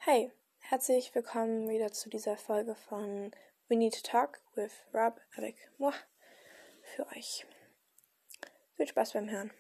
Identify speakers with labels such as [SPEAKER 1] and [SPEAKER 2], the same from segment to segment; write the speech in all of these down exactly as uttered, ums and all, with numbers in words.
[SPEAKER 1] Hey, herzlich willkommen wieder zu dieser Folge von We Need to Talk with Rob avec moi für euch. Viel Spaß beim Hören.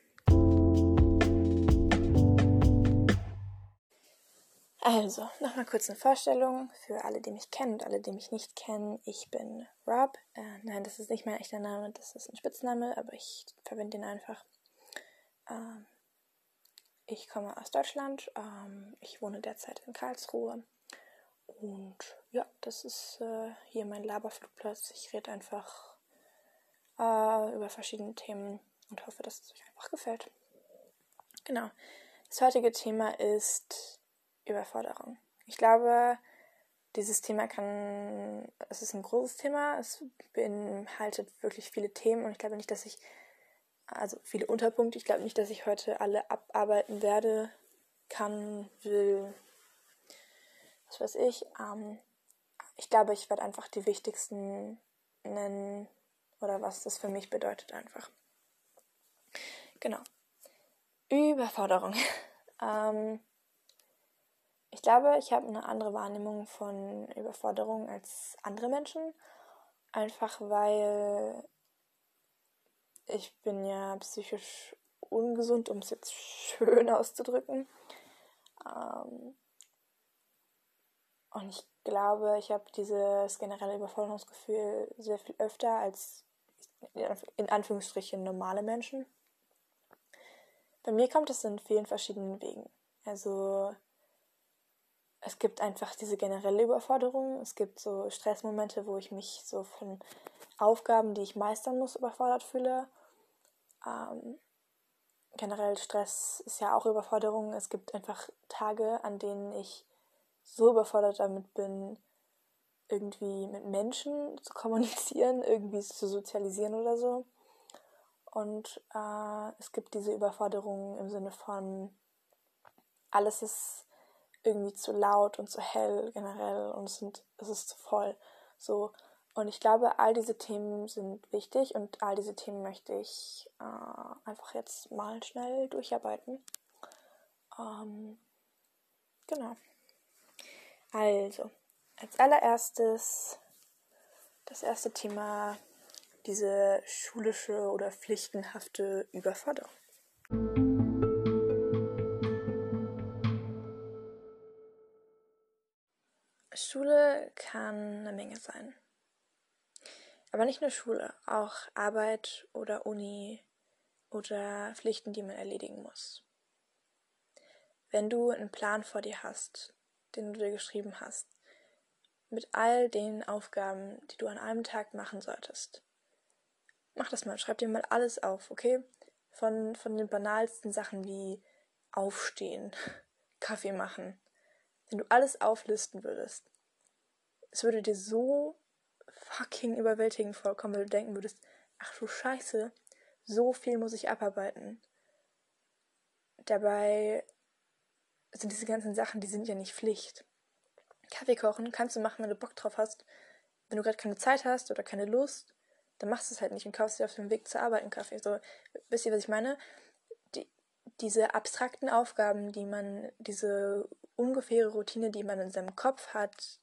[SPEAKER 1] Also, nochmal kurz eine Vorstellung für alle, die mich kennen und alle, die mich nicht kennen. Ich bin Rob. Äh, nein, das ist nicht mein echter Name, das ist ein Spitzname, aber ich verwende ihn einfach. Ähm, ich komme aus Deutschland. Ähm, ich wohne derzeit in Karlsruhe. Und ja, das ist äh, hier mein Laberflugplatz. Ich rede einfach äh, über verschiedene Themen und hoffe, dass es euch einfach gefällt. Genau. Das heutige Thema ist Überforderung. Ich glaube, dieses Thema kann, es ist ein großes Thema, es beinhaltet wirklich viele Themen und ich glaube nicht, dass ich, also viele Unterpunkte, ich glaube nicht, dass ich heute alle abarbeiten werde, kann, will, was weiß ich. Ähm, ich glaube, ich werde einfach die wichtigsten nennen oder was das für mich bedeutet einfach. Genau. Überforderung. ähm, ich glaube, ich habe eine andere Wahrnehmung von Überforderung als andere Menschen. Einfach weil ich bin ja psychisch ungesund, um es jetzt schön auszudrücken. Ähm, und ich glaube, ich habe dieses generelle Überforderungsgefühl sehr viel öfter als in Anführungsstrichen normale Menschen. Bei mir kommt es in vielen verschiedenen Wegen. Also es gibt einfach diese generelle Überforderung. Es gibt so Stressmomente, wo ich mich so von Aufgaben, die ich meistern muss, überfordert fühle. Ähm, generell Stress ist ja auch Überforderung. Es gibt einfach Tage, an denen ich so überfordert damit bin, irgendwie mit Menschen zu kommunizieren, irgendwie zu sozialisieren oder so. Und äh, es gibt diese Überforderung im Sinne von, alles ist irgendwie zu laut und zu hell generell und es, sind, es ist zu voll. So. Und ich glaube, all diese Themen sind wichtig und all diese Themen möchte ich äh, einfach jetzt mal schnell durcharbeiten. Ähm, genau. Also, als allererstes das erste Thema, diese schulische oder pflichtenhafte Überforderung. Schule kann eine Menge sein. Aber nicht nur Schule, auch Arbeit oder Uni oder Pflichten, die man erledigen muss. Wenn du einen Plan vor dir hast, den du dir geschrieben hast, mit all den Aufgaben, die du an einem Tag machen solltest, mach das mal, schreib dir mal alles auf, okay? Von, von den banalsten Sachen wie Aufstehen, Kaffee machen. Wenn du alles auflisten würdest, es würde dir so fucking überwältigend vorkommen, weil du denken würdest, ach du Scheiße, so viel muss ich abarbeiten. Dabei sind diese ganzen Sachen, die sind ja nicht Pflicht. Kaffee kochen kannst du machen, wenn du Bock drauf hast. Wenn du gerade keine Zeit hast oder keine Lust, dann machst du es halt nicht und kaufst dir auf dem Weg zur Arbeit einen Kaffee. So, wisst ihr, was ich meine? Die, diese abstrakten Aufgaben, die man, diese ungefähre Routine, die man in seinem Kopf hat,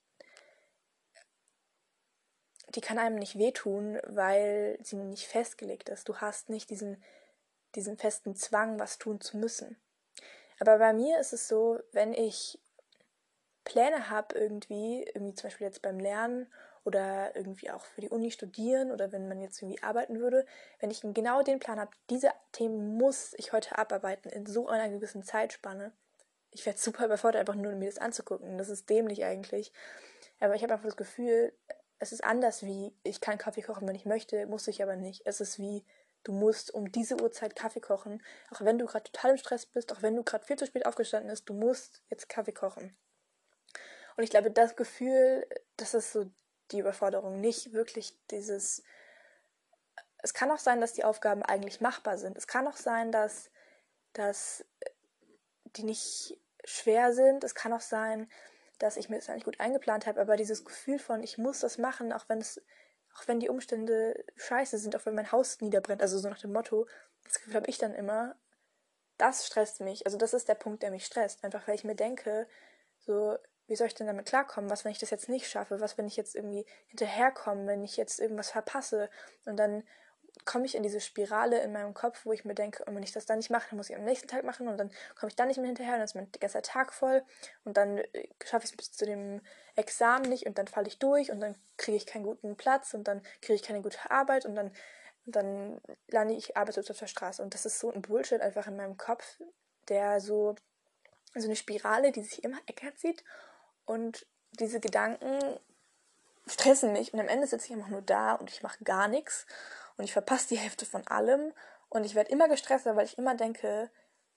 [SPEAKER 1] die kann einem nicht wehtun, weil sie nicht festgelegt ist. Du hast nicht diesen, diesen festen Zwang, was tun zu müssen. Aber bei mir ist es so, wenn ich Pläne habe irgendwie, irgendwie zum Beispiel jetzt beim Lernen oder irgendwie auch für die Uni studieren oder wenn man jetzt irgendwie arbeiten würde, wenn ich genau den Plan habe, diese Themen muss ich heute abarbeiten in so einer gewissen Zeitspanne. Ich werde super überfordert, einfach nur mir das anzugucken. Das ist dämlich eigentlich. Aber ich habe einfach das Gefühl, es ist anders wie, ich kann Kaffee kochen, wenn ich möchte, muss ich aber nicht. Es ist wie, du musst um diese Uhrzeit Kaffee kochen, auch wenn du gerade total im Stress bist, auch wenn du gerade viel zu spät aufgestanden bist, du musst jetzt Kaffee kochen. Und ich glaube, das Gefühl, das ist so die Überforderung, nicht wirklich dieses, es kann auch sein, dass die Aufgaben eigentlich machbar sind. Es kann auch sein, dass, dass die nicht schwer sind. Es kann auch sein, dass ich mir das eigentlich gut eingeplant habe, aber dieses Gefühl von, ich muss das machen, auch wenn es, auch wenn die Umstände scheiße sind, auch wenn mein Haus niederbrennt, also so nach dem Motto, das Gefühl habe ich dann immer, das stresst mich. Also das ist der Punkt, der mich stresst. Einfach weil ich mir denke, so, wie soll ich denn damit klarkommen? Was, wenn ich das jetzt nicht schaffe? Was, wenn ich jetzt irgendwie hinterherkomme, wenn ich jetzt irgendwas verpasse? Und dann komme ich in diese Spirale in meinem Kopf, wo ich mir denke, und wenn ich das dann nicht mache, dann muss ich am nächsten Tag machen und dann komme ich dann nicht mehr hinterher und dann ist mein ganzer Tag voll und dann äh, schaffe ich es bis zu dem Examen nicht und dann falle ich durch und dann kriege ich keinen guten Platz und dann kriege ich keine gute Arbeit und dann, und dann lande ich arbeitslos auf der Straße. Und das ist so ein Bullshit einfach in meinem Kopf, der so, so eine Spirale, die sich immer eckert sieht und diese Gedanken stressen mich und am Ende sitze ich einfach nur da und ich mache gar nichts und ich verpasse die Hälfte von allem und ich werde immer gestresster, weil ich immer denke,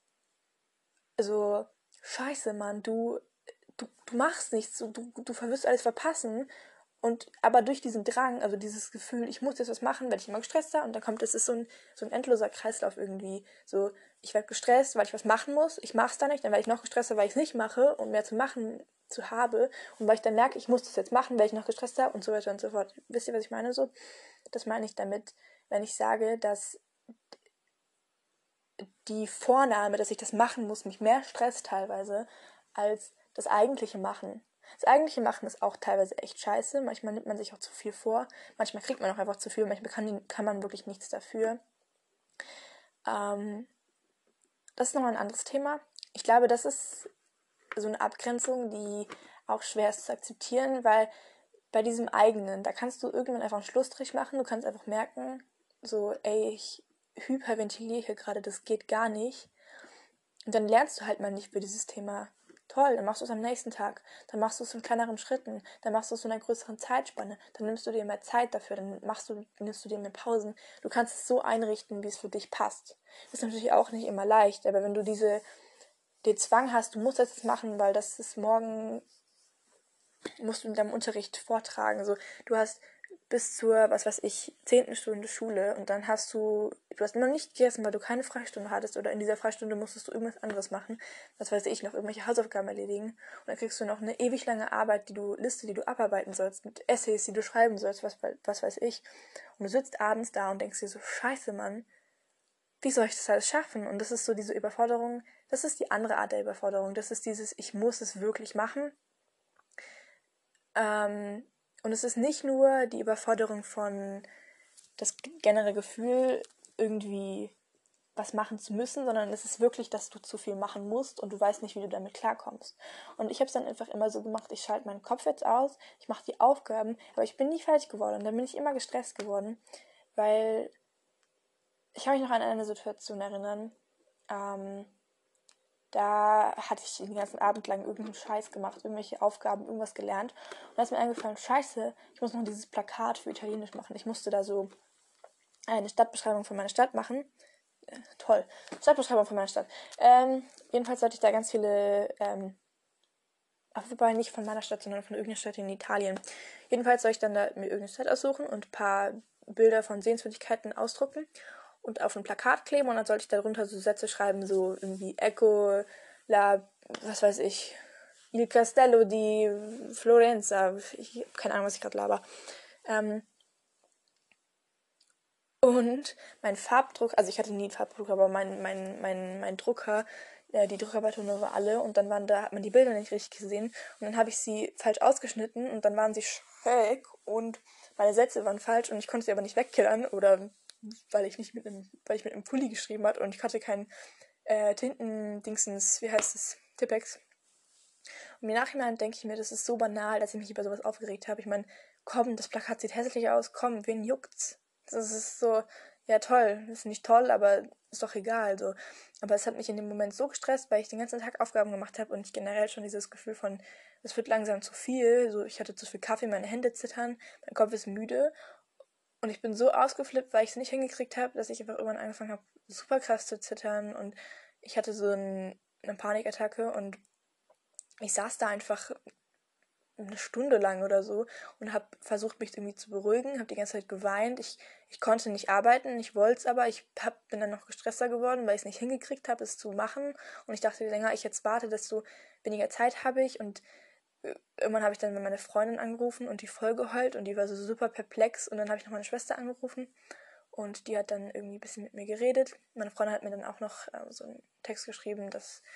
[SPEAKER 1] also scheiße, Mann, du, du, du machst nichts, du, du, du wirst alles verpassen und aber durch diesen Drang, also dieses Gefühl, ich muss jetzt was machen, werde ich immer gestresster und dann kommt, es ist so ein, so ein endloser Kreislauf irgendwie, so, ich werde gestresst, weil ich was machen muss, ich mache es dann nicht, dann werde ich noch gestresster, weil ich es nicht mache und mehr zu machen zu habe und weil ich dann merke, ich muss das jetzt machen, werde ich noch gestresster und so weiter und so fort. Wisst ihr, was ich meine? So, das meine ich damit, wenn ich sage, dass die Vornahme, dass ich das machen muss, mich mehr stresst teilweise als das eigentliche Machen. Das eigentliche Machen ist auch teilweise echt scheiße. Manchmal nimmt man sich auch zu viel vor. Manchmal kriegt man auch einfach zu viel. Manchmal kann, kann man wirklich nichts dafür. Ähm, das ist nochmal ein anderes Thema. Ich glaube, das ist so eine Abgrenzung, die auch schwer ist zu akzeptieren, weil bei diesem eigenen, da kannst du irgendwann einfach einen Schlussstrich machen. Du kannst einfach merken, so, ey, ich hyperventiliere hier gerade, das geht gar nicht. Und dann lernst du halt mal nicht für dieses Thema. Toll, dann machst du es am nächsten Tag. Dann machst du es in kleineren Schritten. Dann machst du es in einer größeren Zeitspanne. Dann nimmst du dir mehr Zeit dafür. Dann machst du, nimmst du dir mehr Pausen. Du kannst es so einrichten, wie es für dich passt. Das ist natürlich auch nicht immer leicht, aber wenn du diese, den Zwang hast, du musst das jetzt machen, weil das ist morgen, musst du in deinem Unterricht vortragen. Also du hast bis zur, was weiß ich, zehnten Stunde Schule und dann hast du, du hast noch nicht gegessen, weil du keine Freistunde hattest oder in dieser Freistunde musstest du irgendwas anderes machen, was weiß ich, noch irgendwelche Hausaufgaben erledigen und dann kriegst du noch eine ewig lange Arbeit, die du, Liste, die du abarbeiten sollst, mit Essays, die du schreiben sollst, was, was weiß ich und du sitzt abends da und denkst dir so, scheiße, Mann, wie soll ich das alles schaffen? Und das ist so diese Überforderung, das ist die andere Art der Überforderung, das ist dieses, ich muss es wirklich machen. Ähm, und es ist nicht nur die Überforderung von das generelle Gefühl, irgendwie was machen zu müssen, sondern es ist wirklich, dass du zu viel machen musst und du weißt nicht, wie du damit klarkommst. Und ich habe es dann einfach immer so gemacht, ich schalte meinen Kopf jetzt aus, ich mache die Aufgaben, aber ich bin nie fertig geworden und dann bin ich immer gestresst geworden, weil ich kann mich noch an eine Situation erinnern, ähm, da hatte ich den ganzen Abend lang irgendeinen Scheiß gemacht, irgendwelche Aufgaben, irgendwas gelernt. Und da ist mir eingefallen, scheiße, ich muss noch dieses Plakat für Italienisch machen. Ich musste da so eine Stadtbeschreibung von meiner Stadt machen. Äh, toll. Stadtbeschreibung von meiner Stadt. Ähm, jedenfalls sollte ich da ganz viele, ähm, wobei nicht von meiner Stadt, sondern von irgendeiner Stadt in Italien. Jedenfalls soll ich dann da mir irgendeine Stadt aussuchen und ein paar Bilder von Sehenswürdigkeiten ausdrucken und auf ein Plakat kleben und dann sollte ich darunter so Sätze schreiben, so irgendwie Ecco la, was weiß ich, il Castello di Florenza. Ich habe keine Ahnung, was ich gerade laber. Ähm, und mein Farbdruck, also ich hatte nie einen Farbdruck, aber mein, mein, mein, mein Drucker, äh, die Druckerpatrone war alle und dann waren da, hat man die Bilder nicht richtig gesehen und dann habe ich sie falsch ausgeschnitten und dann waren sie schräg und meine Sätze waren falsch und ich konnte sie aber nicht wegkillern oder weil ich nicht mit einem, weil ich mit einem Pulli geschrieben hat und ich hatte kein äh, Tintendingsens, wie heißt es, Tippex. Und im Nachhinein denke ich mir, das ist so banal, dass ich mich über sowas aufgeregt habe. Ich meine, komm, das Plakat sieht hässlich aus, komm, wen juckt's? Das ist so, ja toll, das ist nicht toll, aber ist doch egal. So. Aber es hat mich in dem Moment so gestresst, weil ich den ganzen Tag Aufgaben gemacht habe und ich generell schon dieses Gefühl von, es wird langsam zu viel. So, ich hatte zu viel Kaffee, meine Hände zittern, mein Kopf ist müde. Und ich bin so ausgeflippt, weil ich es nicht hingekriegt habe, dass ich einfach irgendwann angefangen habe, super krass zu zittern. Und ich hatte so ein, eine Panikattacke und ich saß da einfach eine Stunde lang oder so und habe versucht, mich irgendwie zu beruhigen, habe die ganze Zeit geweint. Ich, ich konnte nicht arbeiten, ich wollte es aber, ich hab, bin dann noch gestresster geworden, weil ich es nicht hingekriegt habe, es zu machen. Und ich dachte, je länger ich jetzt warte, desto weniger Zeit habe ich. Und irgendwann habe ich dann meine Freundin angerufen und die voll geheult und die war so super perplex. Und dann habe ich noch meine Schwester angerufen und die hat dann irgendwie ein bisschen mit mir geredet. Meine Freundin hat mir dann auch noch äh, so einen Text geschrieben, dass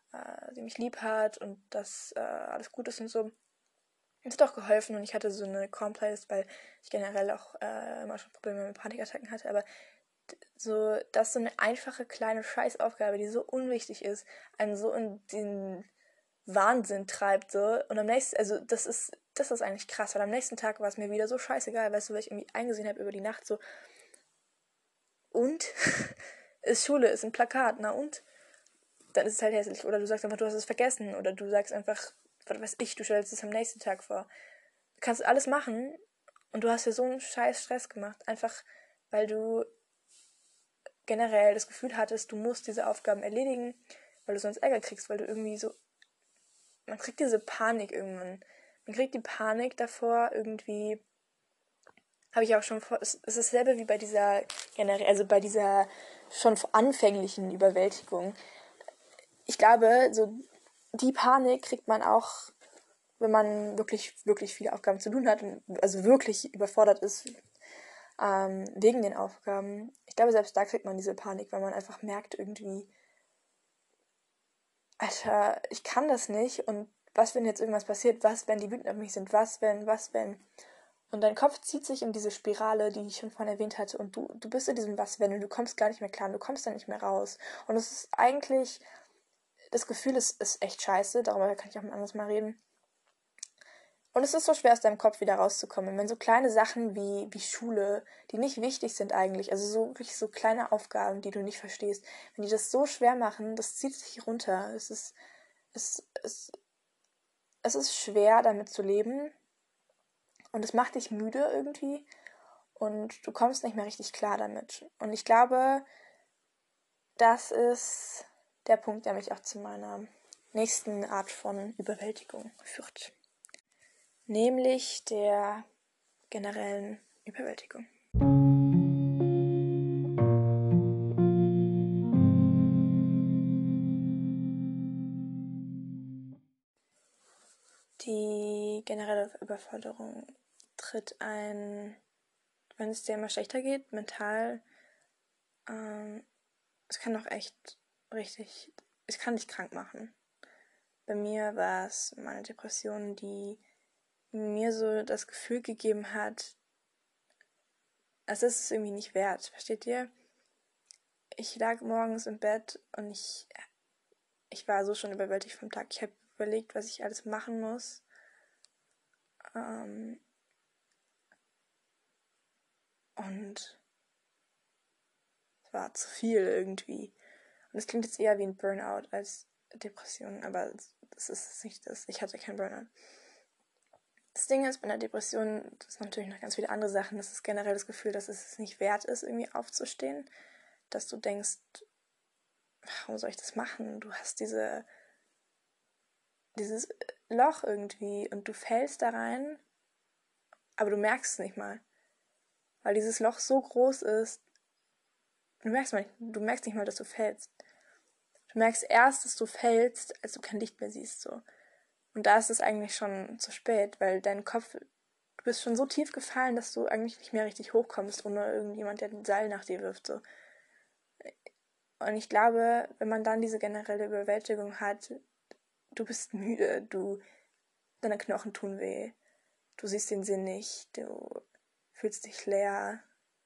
[SPEAKER 1] äh, sie mich lieb hat und dass äh, alles gut ist und so. Es hat auch geholfen und ich hatte so eine Calm-Playlist, weil ich generell auch äh, immer schon Probleme mit Panikattacken hatte, aber so, das ist so eine einfache kleine Scheißaufgabe, die so unwichtig ist, einen so in den Wahnsinn treibt, so. Und am nächsten, also das ist, das ist eigentlich krass, weil am nächsten Tag war es mir wieder so scheißegal, weißt du, weil ich irgendwie eingesehen habe über die Nacht, so, und? ist Schule, ist ein Plakat, na und? Dann ist es halt hässlich. Oder du sagst einfach, du hast es vergessen. Oder du sagst einfach, was weiß ich, du stellst es am nächsten Tag vor. Du kannst alles machen und du hast dir so einen scheiß Stress gemacht. Einfach, weil du generell das Gefühl hattest, du musst diese Aufgaben erledigen, weil du sonst Ärger kriegst, weil du irgendwie so, man kriegt diese Panik irgendwann. Man kriegt die Panik davor, irgendwie, habe ich auch schon vor, es ist dasselbe wie bei dieser generell, also bei dieser schon anfänglichen Überwältigung. Ich glaube, so die Panik kriegt man auch, wenn man wirklich, wirklich viele Aufgaben zu tun hat und also wirklich überfordert ist ähm, wegen den Aufgaben. Ich glaube, selbst da kriegt man diese Panik, weil man einfach merkt irgendwie, Alter, ich kann das nicht und was, wenn jetzt irgendwas passiert? Was, wenn die wütend auf mich sind? Was, wenn, was, wenn? Und dein Kopf zieht sich in diese Spirale, die ich schon vorhin erwähnt hatte und du, du bist in diesem was, wenn und du kommst gar nicht mehr klar und du kommst da nicht mehr raus. Und es ist eigentlich, das Gefühl ist, ist echt scheiße, darüber kann ich auch mal anders mal reden. Und es ist so schwer, aus deinem Kopf wieder rauszukommen. Wenn so kleine Sachen wie, wie Schule, die nicht wichtig sind eigentlich, also so wirklich so kleine Aufgaben, die du nicht verstehst, wenn die das so schwer machen, das zieht sich runter. Es ist, es, es, es ist schwer, damit zu leben. Und es macht dich müde irgendwie. Und du kommst nicht mehr richtig klar damit. Und ich glaube, das ist der Punkt, der mich auch zu meiner nächsten Art von Überwältigung führt. Nämlich der generellen Überwältigung. Die generelle Überforderung tritt ein, wenn es dir immer schlechter geht, mental. Ähm, es kann auch echt richtig, es kann dich krank machen. Bei mir war es meine Depression, die mir so das Gefühl gegeben hat, es ist es irgendwie nicht wert, versteht ihr? Ich lag morgens im Bett und ich, ich war so schon überwältigt vom Tag. Ich habe überlegt, was ich alles machen muss. Ähm, und es war zu viel irgendwie. Und es klingt jetzt eher wie ein Burnout als Depression, aber das ist nicht das. Ich hatte kein Burnout. Das Ding ist, bei einer Depression, das sind natürlich noch ganz viele andere Sachen, das ist generell das Gefühl, dass es es nicht wert ist, irgendwie aufzustehen. Dass du denkst, warum soll ich das machen? Du hast diese, dieses Loch irgendwie und du fällst da rein, aber du merkst es nicht mal. Weil dieses Loch so groß ist, du merkst, mal, du merkst nicht mal, dass du fällst. Du merkst erst, dass du fällst, als du kein Licht mehr siehst, so. Und da ist es eigentlich schon zu spät, weil dein Kopf, du bist schon so tief gefallen, dass du eigentlich nicht mehr richtig hochkommst, ohne irgendjemand, der ein Seil nach dir wirft, so. Und ich glaube, wenn man dann diese generelle Überwältigung hat, du bist müde, du, deine Knochen tun weh, du siehst den Sinn nicht, du fühlst dich leer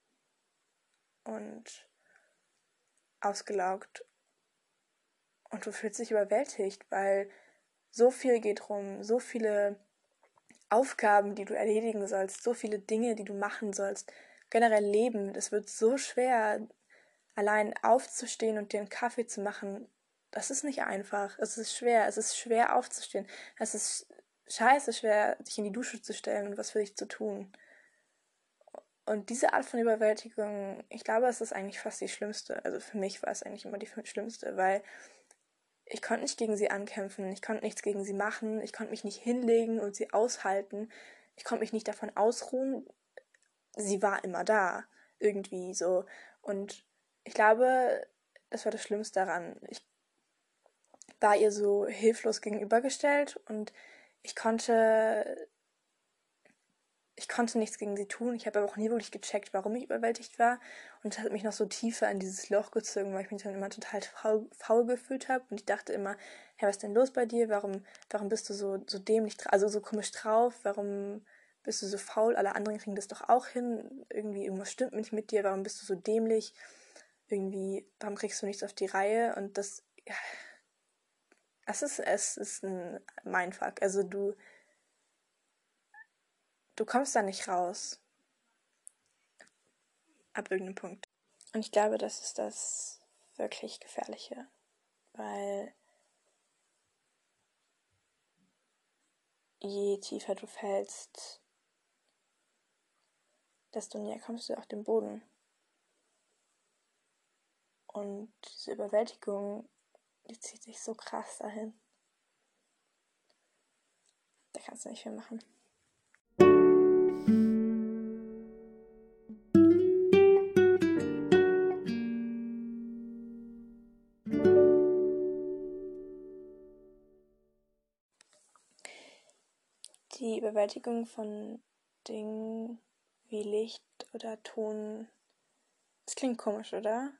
[SPEAKER 1] und ausgelaugt und du fühlst dich überwältigt, weil so viel geht rum, so viele Aufgaben, die du erledigen sollst, so viele Dinge, die du machen sollst, generell Leben, es wird so schwer, allein aufzustehen und dir einen Kaffee zu machen. Das ist nicht einfach, es ist schwer, es ist schwer aufzustehen, es ist scheiße schwer, dich in die Dusche zu stellen und was für dich zu tun. Und diese Art von Überwältigung, ich glaube, es ist eigentlich fast die schlimmste. Also für mich war es eigentlich immer die schlimmste, weil ich konnte nicht gegen sie ankämpfen, ich konnte nichts gegen sie machen, ich konnte mich nicht hinlegen und sie aushalten, ich konnte mich nicht davon ausruhen. Sie war immer da, irgendwie so. Und ich glaube, das war das Schlimmste daran. Ich war ihr so hilflos gegenübergestellt und ich konnte ich konnte nichts gegen sie tun. Ich habe aber auch nie wirklich gecheckt, warum ich überwältigt war. Und das hat mich noch so tiefer in dieses Loch gezogen, weil ich mich dann immer total faul, faul gefühlt habe. Und ich dachte immer, hey, was ist denn los bei dir? Warum, warum bist du so, so dämlich, also so komisch drauf? Warum bist du so faul? Alle anderen kriegen das doch auch hin. Irgendwie, irgendwas stimmt nicht mit dir. Warum bist du so dämlich? Irgendwie, warum kriegst du nichts auf die Reihe? Und das, ja, es ist, es ist ein Mindfuck. Also du, du kommst da nicht raus. Ab irgendeinem Punkt. Und ich glaube, das ist das wirklich Gefährliche, weil je tiefer du fällst, desto näher kommst du auch dem Boden. Und diese Überwältigung, die zieht sich so krass dahin. Da kannst du nicht viel machen. Die Überwältigung von Dingen wie Licht oder Ton, das klingt komisch, oder?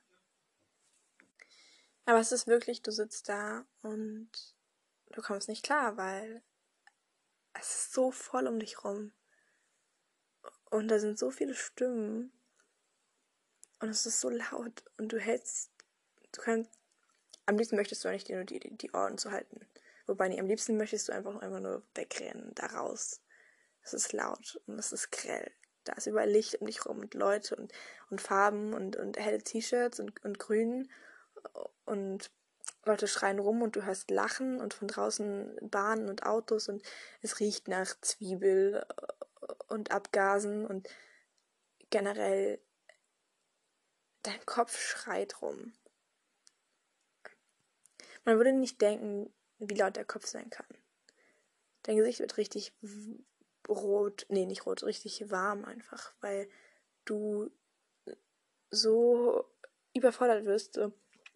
[SPEAKER 1] Aber es ist wirklich, du sitzt da und du kommst nicht klar, weil es ist so voll um dich rum. Und da sind so viele Stimmen. Und es ist so laut. Und du hältst, du kannst, am liebsten möchtest du eigentlich dir nur die, die, die Ohren zu halten. Wobei, nee, am liebsten möchtest du einfach, einfach nur wegrennen, da raus. Es ist laut und es ist grell. Da ist überall Licht um dich rum und Leute und, und Farben und, und helle T-Shirts und, und Grün. Und Leute schreien rum und du hörst Lachen und von draußen Bahnen und Autos und es riecht nach Zwiebel und Abgasen und generell dein Kopf schreit rum. Man würde nicht denken, wie laut der Kopf sein kann. Dein Gesicht wird richtig rot, nee, nicht rot, richtig warm einfach, weil du so überfordert wirst. So.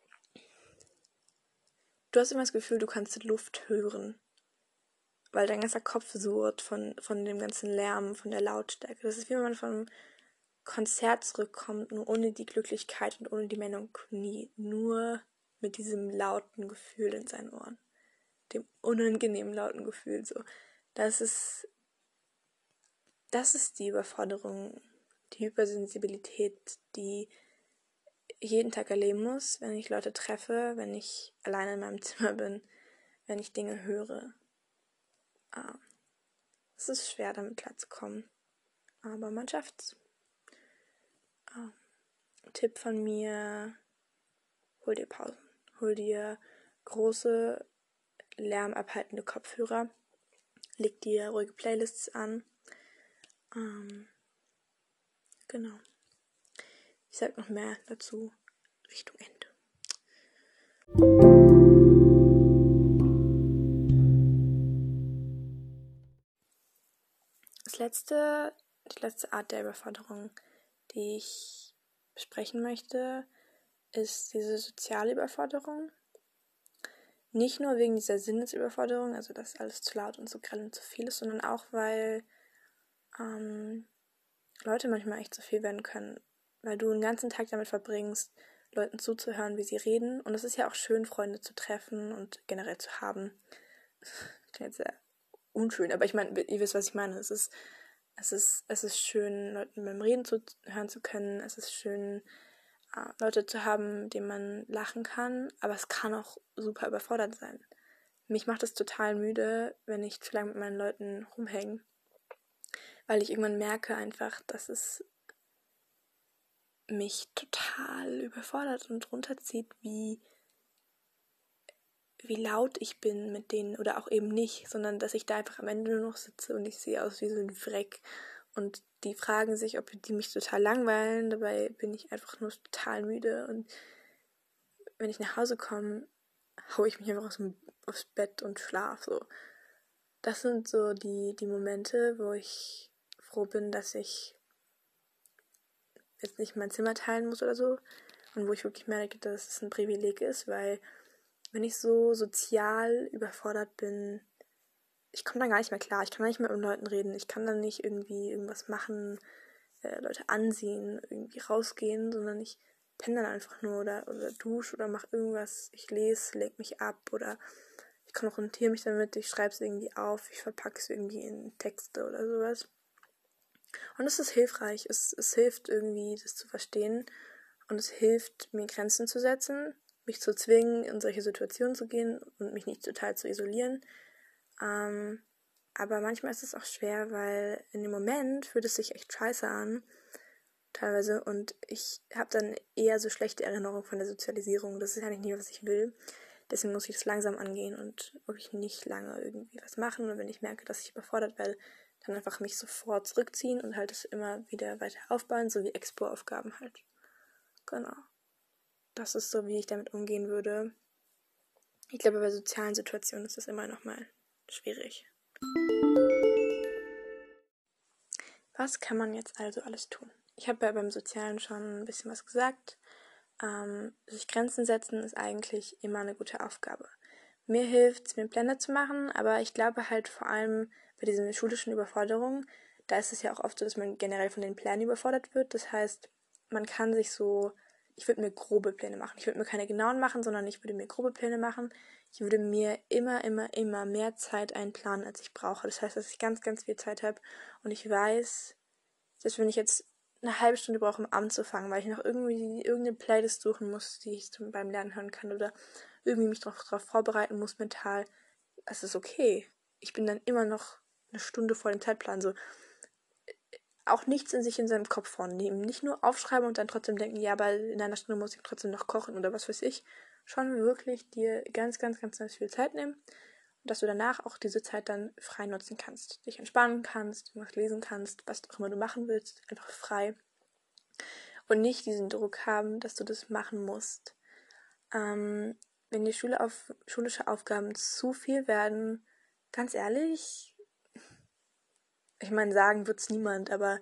[SPEAKER 1] Du hast immer das Gefühl, du kannst die Luft hören, weil dein ganzer Kopf surrt von, von dem ganzen Lärm, von der Lautstärke. Das ist wie wenn man von einem Konzert zurückkommt, nur ohne die Glücklichkeit und ohne die Melancholie, nur mit diesem lauten Gefühl in seinen Ohren, dem unangenehmen lauten Gefühl. So, das ist, das ist die Überforderung, die Hypersensibilität, die ich jeden Tag erleben muss, wenn ich Leute treffe, wenn ich alleine in meinem Zimmer bin, wenn ich Dinge höre. Ah, es ist schwer, damit klarzukommen, aber man schafft's. Ah, Tipp von mir: Hol dir Pausen. Hol dir große, lärmabhaltende Kopfhörer. Leg dir ruhige Playlists an. Ähm, genau. Ich sag noch mehr dazu Richtung Ende. Das letzte, die letzte Art der Überforderung, die ich besprechen möchte, ist diese soziale Überforderung. Nicht nur wegen dieser Sinnesüberforderung, also dass alles zu laut und zu grell und zu viel ist, sondern auch, weil ähm, Leute manchmal echt zu viel werden können, weil du den ganzen Tag damit verbringst, Leuten zuzuhören, wie sie reden. Und es ist ja auch schön, Freunde zu treffen und generell zu haben. Das klingt sehr unschön, aber ich meine, ihr wisst, was ich meine. Es ist, es ist, es ist schön, Leuten beim Reden zuhören zu können. Es ist schön, Leute zu haben, mit denen man lachen kann, aber es kann auch super überfordert sein. Mich macht es total müde, wenn ich zu lange mit meinen Leuten rumhänge, weil ich irgendwann merke einfach, dass es mich total überfordert und runterzieht, wie, wie laut ich bin mit denen oder auch eben nicht, sondern dass ich da einfach am Ende nur noch sitze und ich sehe aus wie so ein Wreck und die fragen sich, ob die mich total langweilen, dabei bin ich einfach nur total müde und wenn ich nach Hause komme, haue ich mich einfach aus dem, aufs Bett und schlaf so. Das sind so die, die Momente, wo ich froh bin, dass ich jetzt nicht mein Zimmer teilen muss oder so und wo ich wirklich merke, dass es ein Privileg ist, weil wenn ich so sozial überfordert bin, ich komme dann gar nicht mehr klar. Ich kann dann nicht mehr mit Leuten reden. Ich kann dann nicht irgendwie irgendwas machen, äh, Leute ansehen, irgendwie rausgehen, sondern ich penne dann einfach nur oder, oder dusche oder mache irgendwas. Ich lese, leg mich ab oder ich konfrontiere mich damit, ich schreibe es irgendwie auf, ich verpacke es irgendwie in Texte oder sowas. Und es ist hilfreich. Es, es hilft irgendwie, das zu verstehen. Und es hilft, mir Grenzen zu setzen, mich zu zwingen, in solche Situationen zu gehen und mich nicht total zu isolieren. Ähm, aber manchmal ist es auch schwer, weil in dem Moment fühlt es sich echt scheiße an, teilweise. Und ich habe dann eher so schlechte Erinnerungen von der Sozialisierung. Das ist eigentlich nie, was ich will. Deswegen muss ich das langsam angehen und wirklich nicht lange irgendwie was machen. Und wenn ich merke, dass ich überfordert werde, dann einfach mich sofort zurückziehen und halt es immer wieder weiter aufbauen, so wie Expo-Aufgaben halt. Genau. Das ist so, wie ich damit umgehen würde. Ich glaube, bei sozialen Situationen ist das immer nochmal schwierig. Was kann man jetzt also alles tun? Ich habe ja beim Sozialen schon ein bisschen was gesagt. Ähm, sich Grenzen setzen ist eigentlich immer eine gute Aufgabe. Mir hilft es, mir Pläne zu machen, aber ich glaube halt vor allem bei diesen schulischen Überforderungen, da ist es ja auch oft so, dass man generell von den Plänen überfordert wird. Das heißt, man kann sich so, ich würde mir grobe Pläne machen. Ich würde mir keine genauen machen, sondern ich würde mir grobe Pläne machen. Ich würde mir immer, immer, immer mehr Zeit einplanen, als ich brauche. Das heißt, dass ich ganz, ganz viel Zeit habe und ich weiß, dass wenn ich jetzt eine halbe Stunde brauche, um anzufangen, weil ich noch irgendwie irgendeine Playlist suchen muss, die ich zum, beim Lernen hören kann oder irgendwie mich darauf vorbereiten muss mental, es ist okay. Ich bin dann immer noch eine Stunde vor dem Zeitplan. So, auch nichts in sich in seinem Kopf vornehmen. Nicht nur aufschreiben und dann trotzdem denken, ja, aber in einer Stunde muss ich trotzdem noch kochen oder was weiß ich. Schon wirklich dir ganz, ganz, ganz, ganz viel Zeit nehmen und dass du danach auch diese Zeit dann frei nutzen kannst. Dich entspannen kannst, irgendwas lesen kannst, was auch immer du machen willst, einfach frei. Und nicht diesen Druck haben, dass du das machen musst. Ähm, wenn die Schule auf, schulische Aufgaben zu viel werden, ganz ehrlich, ich meine, sagen wird's niemand, aber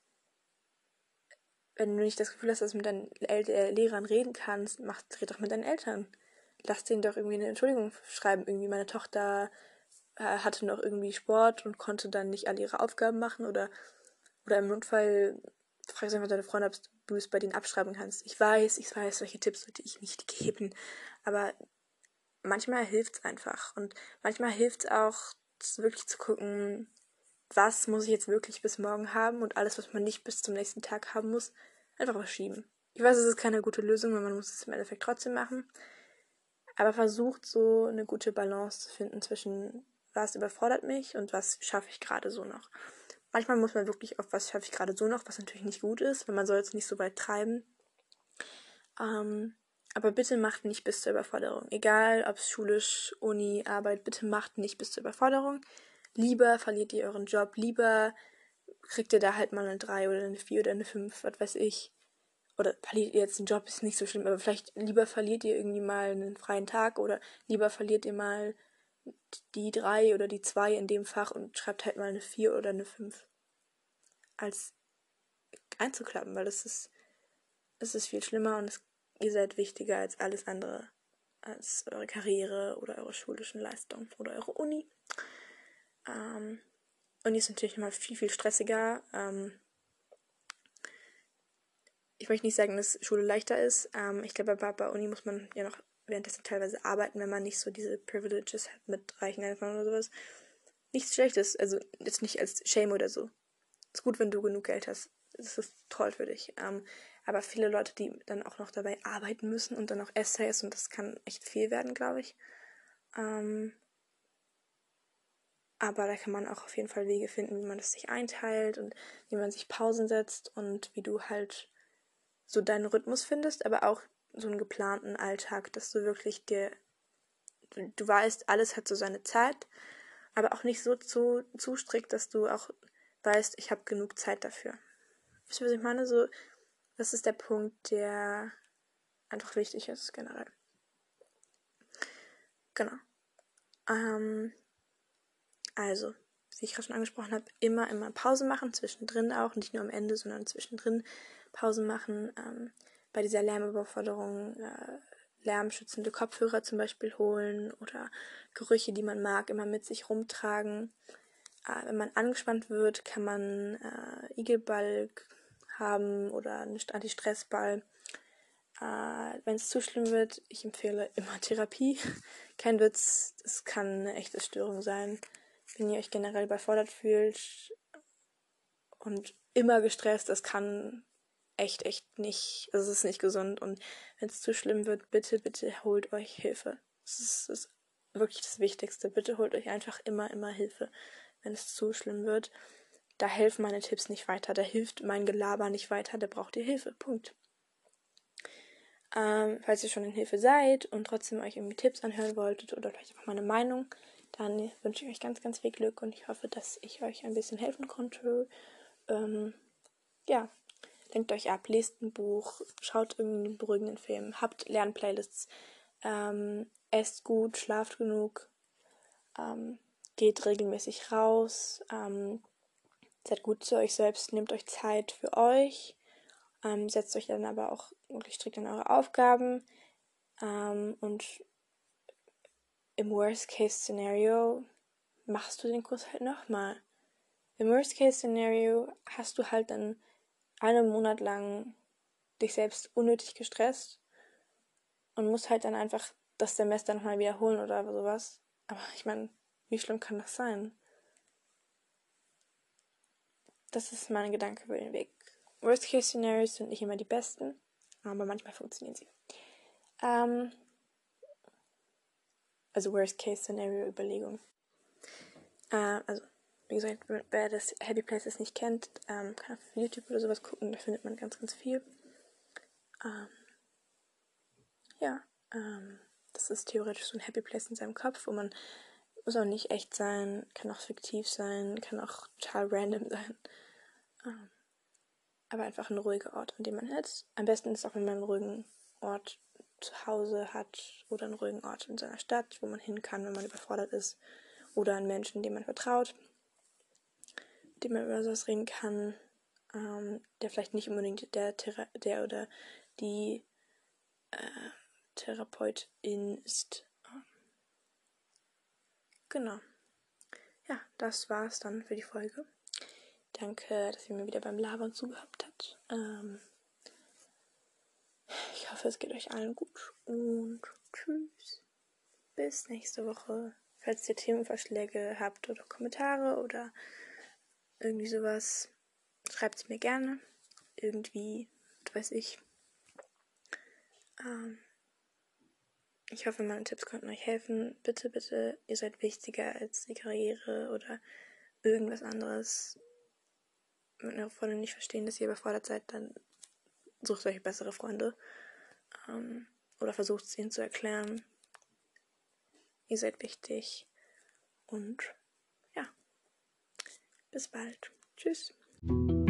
[SPEAKER 1] wenn du nicht das Gefühl hast, dass du mit deinen El- äh, Lehrern reden kannst, mach, red doch mit deinen Eltern. Lass denen doch irgendwie eine Entschuldigung schreiben. Irgendwie meine Tochter äh, hatte noch irgendwie Sport und konnte dann nicht alle ihre Aufgaben machen oder, oder im Notfall fragst du einfach deine Freunde, ob du es bei denen abschreiben kannst. Ich weiß, ich weiß, solche Tipps sollte ich nicht geben, aber manchmal hilft es einfach und manchmal hilft es auch, wirklich zu gucken, was muss ich jetzt wirklich bis morgen haben und alles, was man nicht bis zum nächsten Tag haben muss, einfach verschieben. Ich weiß, es ist keine gute Lösung, weil man muss es im Endeffekt trotzdem machen, aber versucht so eine gute Balance zu finden zwischen was überfordert mich und was schaffe ich gerade so noch. Manchmal muss man wirklich auf was schaffe ich gerade so noch, was natürlich nicht gut ist, weil man soll es nicht so weit treiben. Ähm, aber bitte macht nicht bis zur Überforderung. Egal, ob es schulisch, Uni, Arbeit, bitte macht nicht bis zur Überforderung. Lieber verliert ihr euren Job, lieber kriegt ihr da halt mal eine drei oder eine vier oder eine fünf, was weiß ich. Oder verliert ihr jetzt den Job, ist nicht so schlimm, aber vielleicht lieber verliert ihr irgendwie mal einen freien Tag oder lieber verliert ihr mal die drei oder die zwei in dem Fach und schreibt halt mal eine vier oder eine fünf. Als einzuklappen, weil das ist, das ist viel schlimmer und es, ihr seid wichtiger als alles andere. Als eure Karriere oder eure schulischen Leistungen oder eure Uni. Ähm, Uni ist natürlich nochmal viel, viel stressiger. Ähm, ich möchte nicht sagen, dass Schule leichter ist. Ähm, ich glaube, bei, bei Uni muss man ja noch währenddessen teilweise arbeiten, wenn man nicht so diese Privileges hat mit reichen Eltern oder sowas. Nichts Schlechtes, also jetzt nicht als Shame oder so. Ist gut, wenn du genug Geld hast. Das ist toll für dich. Ähm, aber viele Leute, die dann auch noch dabei arbeiten müssen und dann auch Essays und das kann echt viel werden, glaube ich. Ähm, aber da kann man auch auf jeden Fall Wege finden, wie man das sich einteilt und wie man sich Pausen setzt und wie du halt so deinen Rhythmus findest, aber auch so einen geplanten Alltag, dass du wirklich dir, du, du weißt, alles hat so seine Zeit, aber auch nicht so zu, zu strikt, dass du auch weißt, ich habe genug Zeit dafür. Wisst ihr, was ich meine? So, das ist der Punkt, der einfach wichtig ist, generell. Genau. Ähm, also, wie ich gerade schon angesprochen habe, immer, immer Pause machen, zwischendrin auch, nicht nur am Ende, sondern zwischendrin Pausen machen. Ähm, bei dieser Lärmüberforderung äh, lärmschützende Kopfhörer zum Beispiel holen oder Gerüche, die man mag, immer mit sich rumtragen. Äh, wenn man angespannt wird, kann man äh, Igelbalg haben oder einen Anti-Stress-Ball. Äh, wenn es zu schlimm wird, ich empfehle immer Therapie. Kein Witz, es kann eine echte Störung sein. Wenn ihr euch generell überfordert fühlt und immer gestresst, das kann echt, echt nicht, also es ist nicht gesund. Und wenn es zu schlimm wird, bitte, bitte holt euch Hilfe. Das ist, das ist wirklich das Wichtigste. Bitte holt euch einfach immer, immer Hilfe, wenn es zu schlimm wird. Da helfen meine Tipps nicht weiter, da hilft mein Gelaber nicht weiter, da braucht ihr Hilfe. Punkt. Ähm, falls ihr schon in Hilfe seid und trotzdem euch irgendwie Tipps anhören wolltet oder vielleicht einfach meine Meinung, dann wünsche ich euch ganz, ganz viel Glück und ich hoffe, dass ich euch ein bisschen helfen konnte. Ähm, ja, lenkt euch ab, lest ein Buch, schaut irgendeinen beruhigenden Film, habt Lernplaylists, ähm, esst gut, schlaft genug, ähm, geht regelmäßig raus, ähm, seid gut zu euch selbst, nehmt euch Zeit für euch, ähm, setzt euch dann aber auch wirklich strikt an eure Aufgaben ähm, und im Worst-Case-Szenario machst du den Kurs halt nochmal. Im Worst-Case-Szenario hast du halt dann einen Monat lang dich selbst unnötig gestresst und musst halt dann einfach das Semester nochmal wiederholen oder sowas. Aber ich meine, wie schlimm kann das sein? Das ist mein Gedanke über den Weg. Worst-Case-Szenarios sind nicht immer die besten, aber manchmal funktionieren sie. Ähm, also Worst-Case-Szenario-Überlegung. Äh, also, wie gesagt, wer das Happy Places nicht kennt, ähm, kann auf YouTube oder sowas gucken, da findet man ganz, ganz viel. Ähm, ja, ähm, das ist theoretisch so ein Happy Place in seinem Kopf, wo man muss auch nicht echt sein, kann auch fiktiv sein, kann auch total random sein. Ähm, aber einfach ein ruhiger Ort, an dem man ist. Am besten ist auch, wenn man einen ruhigen Ort zu Hause hat oder einen ruhigen Ort in seiner Stadt, wo man hin kann, wenn man überfordert ist. Oder einen Menschen, dem man vertraut, mit dem man über sowas reden kann, ähm, der vielleicht nicht unbedingt der, Thera- der oder die äh, Therapeutin ist. Genau. Ja, das war's dann für die Folge. Danke, dass ihr mir wieder beim Labern zugehört habt. Ähm, ich hoffe, es geht euch allen gut und tschüss. Bis nächste Woche. Falls ihr Themenvorschläge habt oder Kommentare oder irgendwie sowas, schreibt es mir gerne. Irgendwie, was weiß ich. Ähm, ich hoffe, meine Tipps konnten euch helfen. Bitte, bitte, ihr seid wichtiger als die Karriere oder irgendwas anderes. Wenn eure Freunde nicht verstehen, dass ihr überfordert seid, dann sucht euch bessere Freunde. Ähm, oder versucht es ihnen zu erklären. Ihr seid wichtig. Und ja, bis bald. Tschüss.